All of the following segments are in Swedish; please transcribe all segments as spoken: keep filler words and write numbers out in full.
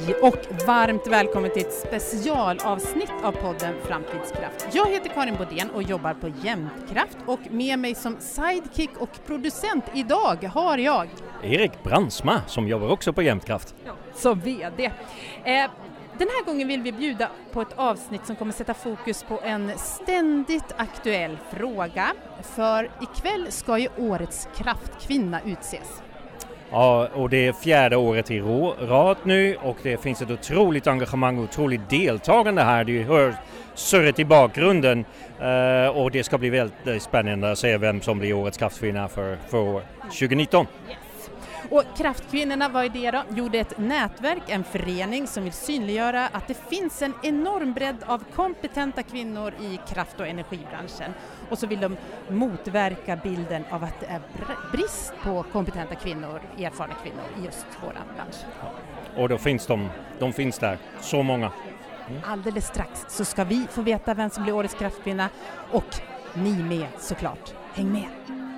Hej och varmt välkommen till ett specialavsnitt av podden Framtidskraft. Jag heter Karin Bodén och jobbar på Jämtkraft, och med mig som sidekick och producent idag har jag Erik Brandsma som jobbar också på Jämtkraft. Ja, som vd. Eh, Den här gången vill vi bjuda på ett avsnitt som kommer sätta fokus på en ständigt aktuell fråga. För ikväll ska ju årets kraftkvinna utses. Ja, och det är fjärde året i rad nu, och det finns ett otroligt engagemang och otroligt deltagande här. Du hör surret i bakgrunden, och det ska bli väldigt spännande att se vem som blir årets kraftkvinna för, för tjugonitton. Yes. Och kraftkvinnorna, vad är det då? Jo, det är ett nätverk, en förening som vill synliggöra att det finns en enorm bredd av kompetenta kvinnor i kraft- och energibranschen. Och så vill de motverka bilden av att det är brist på kompetenta kvinnor, erfarna kvinnor i just våra bransch. Ja. Och då finns de, de finns där, så många. Mm. Alldeles strax så ska vi få veta vem som blir årets kraftkvinna, och ni med såklart. Häng med!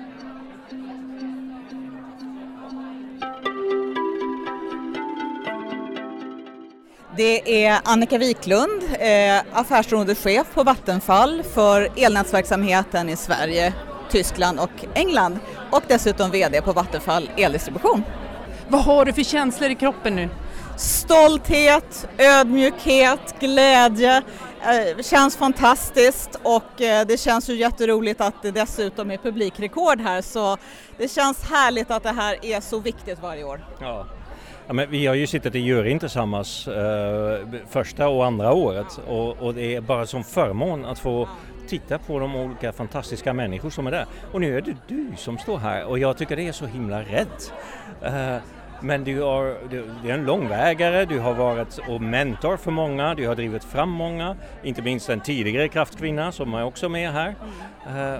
Det är Annika Wiklund, eh, affärsområdeschef på Vattenfall för elnätsverksamheten i Sverige, Tyskland och England, och dessutom vd på Vattenfall eldistribution. Vad har du för känslor i kroppen nu? Stolthet, ödmjukhet, glädje. Det känns fantastiskt, och det känns ju jätteroligt att det dessutom är publikrekord här, så det känns härligt att det här är så viktigt varje år. Ja. Ja, men vi har ju suttit i juryn tillsammans eh, första och andra året, och, och det är bara som förmån att få titta på de olika fantastiska människor som är där. Och nu är det du som står här, och jag tycker det är så himla rätt. Eh, men du, har, du, du är en långvägare, du har varit och mentor för många, du har drivit fram många, inte minst en tidigare kraftkvinna som är också med här. Eh,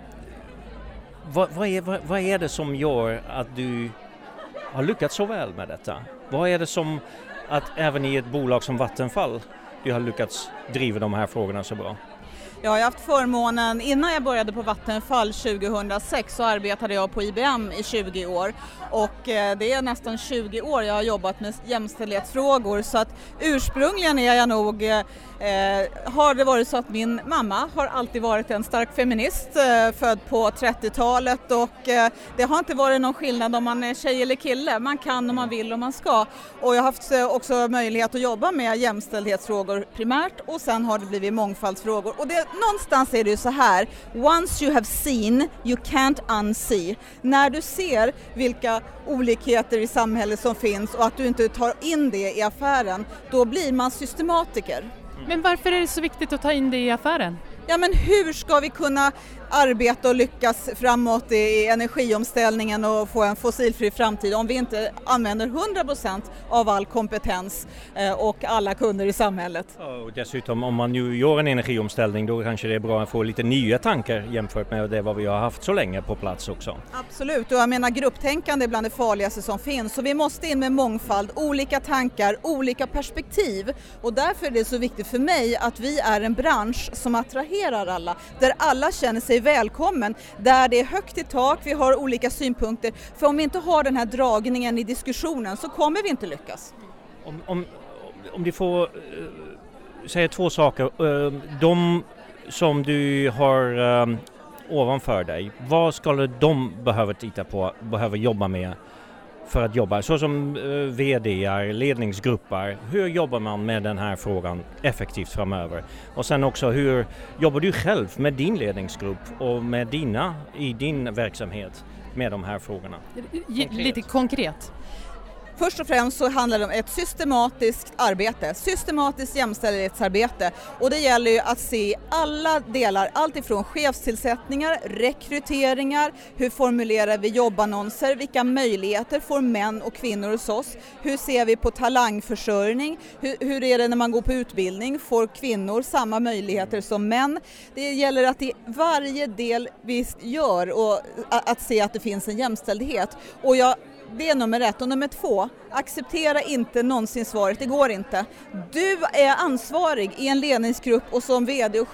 vad, vad, är, vad, vad är det som gör att du har lyckats så väl med detta? Vad är det som att även i ett bolag som Vattenfall du har lyckats driva de här frågorna så bra? Ja, jag har haft förmånen, innan jag började på Vattenfall tjugohundrasex så arbetade jag på I B M i tjugo år, och det är nästan tjugo år jag har jobbat med jämställdhetsfrågor, så att ursprungligen är jag nog, eh, har det varit så att min mamma har alltid varit en stark feminist, eh, född på trettiotalet, och eh, det har inte varit någon skillnad om man är tjej eller kille, man kan om man vill och man ska, och jag har haft också möjlighet att jobba med jämställdhetsfrågor primärt, och sen har det blivit mångfaldsfrågor, och det någonstans är det ju så här, once you have seen, you can't unsee. När du ser vilka olikheter i samhället som finns och att du inte tar in det i affären, då blir man systematiker. Men varför är det så viktigt att ta in det i affären? Ja, men hur ska vi kunna arbeta och lyckas framåt i energiomställningen och få en fossilfri framtid om vi inte använder hundra procent av all kompetens och alla kunder i samhället? Och dessutom, om man nu gör en energiomställning, då kanske det är bra att få lite nya tankar jämfört med det vad vi har haft så länge på plats också. Absolut, och jag menar grupptänkande är bland det farligaste som finns, så vi måste in med mångfald, olika tankar, olika perspektiv, och därför är det så viktigt för mig att vi är en bransch som attraherar alla, där alla känner sig välkommen, där det är högt i tak, vi har olika synpunkter, för om vi inte har den här dragningen i diskussionen så kommer vi inte lyckas. Om, om, om du får uh, säga två saker, uh, de som du har uh, ovanför dig, vad skulle de behöva titta på, behöva jobba med för att jobba, så som uh, vd:ar, ledningsgrupper, hur jobbar man med den här frågan effektivt framöver? Och sen också, hur jobbar du själv med din ledningsgrupp och med dina i din verksamhet med de här frågorna? Konkret. Lite konkret. Först och främst så handlar det om ett systematiskt arbete, systematiskt jämställdhetsarbete, och det gäller ju att se alla delar, allt ifrån chefstillsättningar, rekryteringar, hur formulerar vi jobbannonser, vilka möjligheter får män och kvinnor hos oss, hur ser vi på talangförsörjning, hur, hur är det när man går på utbildning, får kvinnor samma möjligheter som män? Det gäller att i varje del vi gör och att se att det finns en jämställdhet, och jag Det är nummer ett. Och nummer två, acceptera inte någonsin svaret, det går inte. Du är ansvarig i en ledningsgrupp och som vd och chef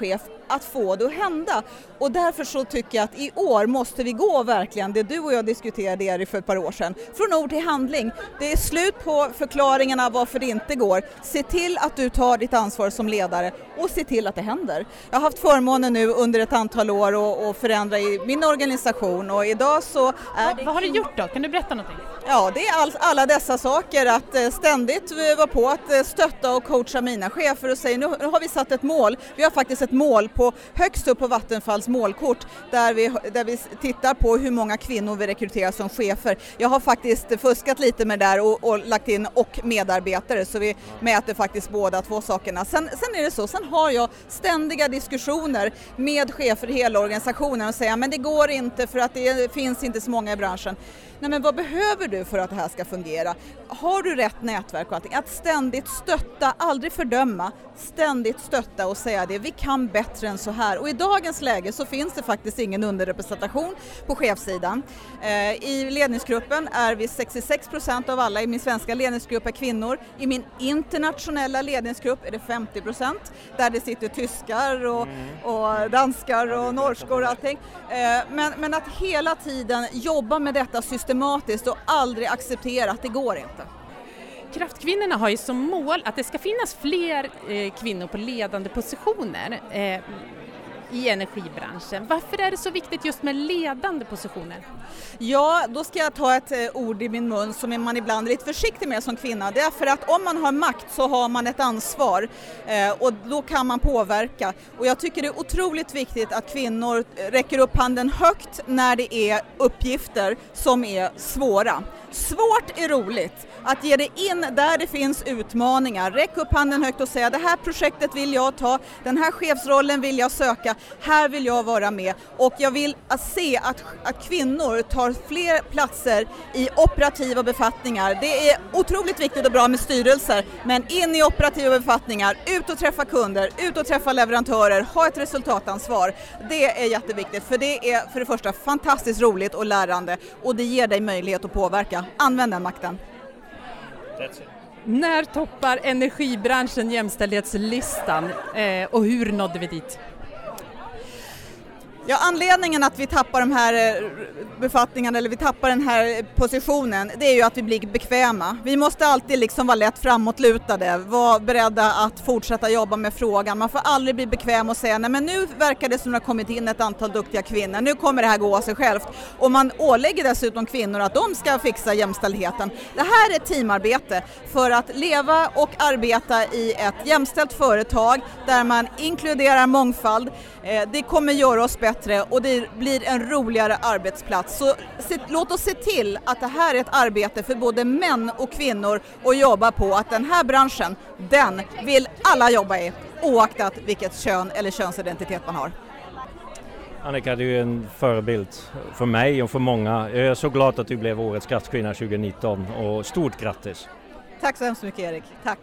att få det att hända. Och därför så tycker jag att i år måste vi gå verkligen, det du och jag diskuterade Erik för ett par år sedan, från ord till handling. Det är slut på förklaringarna varför det inte går. Se till att du tar ditt ansvar som ledare och se till att det händer. Jag har haft förmånen nu under ett antal år att förändra i min organisation och idag så är det... Vad har du gjort då? Kan du berätta någonting? Ja, det är all, alla dessa saker, att ständigt vara på att stötta och coacha mina chefer och säga nu, nu har vi satt ett mål. Vi har faktiskt ett mål på högst upp på Vattenfalls målkort där vi, där vi tittar på hur många kvinnor vi rekryterar som chefer. Jag har faktiskt fuskat lite med det där och, och lagt in och medarbetare så vi mäter faktiskt båda två sakerna. Sen, sen är det så, sen har jag ständiga diskussioner med chefer i hela organisationen och säger men det går inte för att det finns inte så många i branschen. Nej, men vad behöver du för att det här ska fungera? Har du rätt nätverk och allting? Att ständigt stötta, aldrig fördöma, ständigt stötta och säga det. Vi kan bättre än så här. Och i dagens läge så finns det faktiskt ingen underrepresentation på chefssidan. Eh, I ledningsgruppen är vi sextiosex procent av alla i min svenska ledningsgrupp är kvinnor. I min internationella ledningsgrupp är det femtio procent. Där det sitter tyskar och, och danskar och norskor och allting. Eh, men, men att hela tiden jobba med detta systematiskt och aldrig acceptera att det går inte. Kraftkvinnorna har ju som mål att det ska finnas fler eh, kvinnor på ledande positioner eh, i energibranschen. Varför är det så viktigt just med ledande positioner? Ja, då ska jag ta ett eh, ord i min mun som man ibland är lite försiktig med som kvinna. Det är för att om man har makt så har man ett ansvar eh, och då kan man påverka. Och jag tycker det är otroligt viktigt att kvinnor räcker upp handen högt när det är uppgifter som är svåra. Svårt är roligt. Att ge det in där det finns utmaningar. Räck upp handen högt och säga det här projektet vill jag ta, den här chefsrollen vill jag söka, här vill jag vara med. Och jag vill att se att, att kvinnor tar fler platser i operativa befattningar. Det är otroligt viktigt och bra med styrelser, men in i operativa befattningar, ut och träffa kunder, ut och träffa leverantörer, ha ett resultatansvar. Det är jätteviktigt för det är för det första fantastiskt roligt och lärande och det ger dig möjlighet att påverka. Använd den makten. När toppar energibranschen jämställdhetslistan eh, och hur nådde vi dit? Ja, anledningen att vi tappar de här befattningarna eller vi tappar den här positionen, det är ju att vi blir bekväma. Vi måste alltid liksom vara lätt framåtlutade, vara beredda att fortsätta jobba med frågan. Man får aldrig bli bekväm och säga, nej men nu verkar det som det har kommit in ett antal duktiga kvinnor, nu kommer det här gå av sig självt. Och man ålägger dessutom kvinnor att de ska fixa jämställdheten. Det här är ett teamarbete för att leva och arbeta i ett jämställt företag där man inkluderar mångfald. Det kommer göra oss bättre och det blir en roligare arbetsplats. Så se, låt oss se till att det här är ett arbete för både män och kvinnor att jobba på. Att den här branschen, den vill alla jobba i oaktat vilket kön eller könsidentitet man har. Annika, du är en förebild för mig och för många. Jag är så glad att du blev årets kraftkvinna tjugonitton och stort grattis. Tack så hemskt mycket Erik, tack.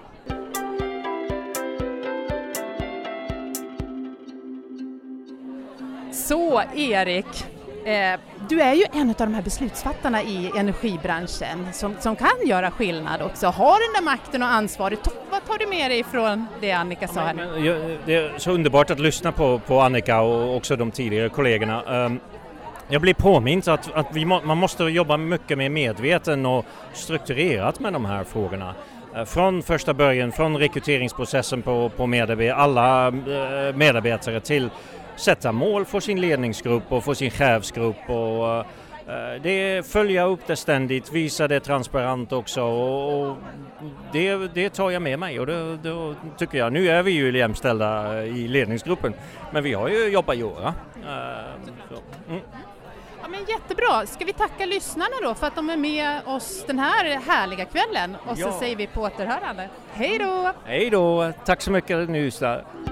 Så Erik, eh, du är ju en av de här beslutsfattarna i energibranschen som, som kan göra skillnad också. Har den där makten och ansvaret, vad tar du med dig från det Annika sa här nu? Ja, men, det är så underbart att lyssna på, på Annika och också de tidigare kollegorna. Um, jag blir påmint att, att vi må, man måste jobba mycket mer medveten och strukturerat med de här frågorna. Från första början, från rekryteringsprocessen på, på medarbetare, alla uh, medarbetare till sätta mål för sin ledningsgrupp och för sin chefsgrupp och uh, det följa upp det ständigt, visa det transparent också och, och det, det tar jag med mig och det, det tycker jag. Nu är vi ju jämställda i ledningsgruppen men vi har ju jobb att göra. Uh, så, mm. Ja, men jättebra. Ska vi tacka lyssnarna då för att de är med oss den här härliga kvällen och så ja. säger vi på återhörande. Hej då! Hej då! Tack så mycket Nystad!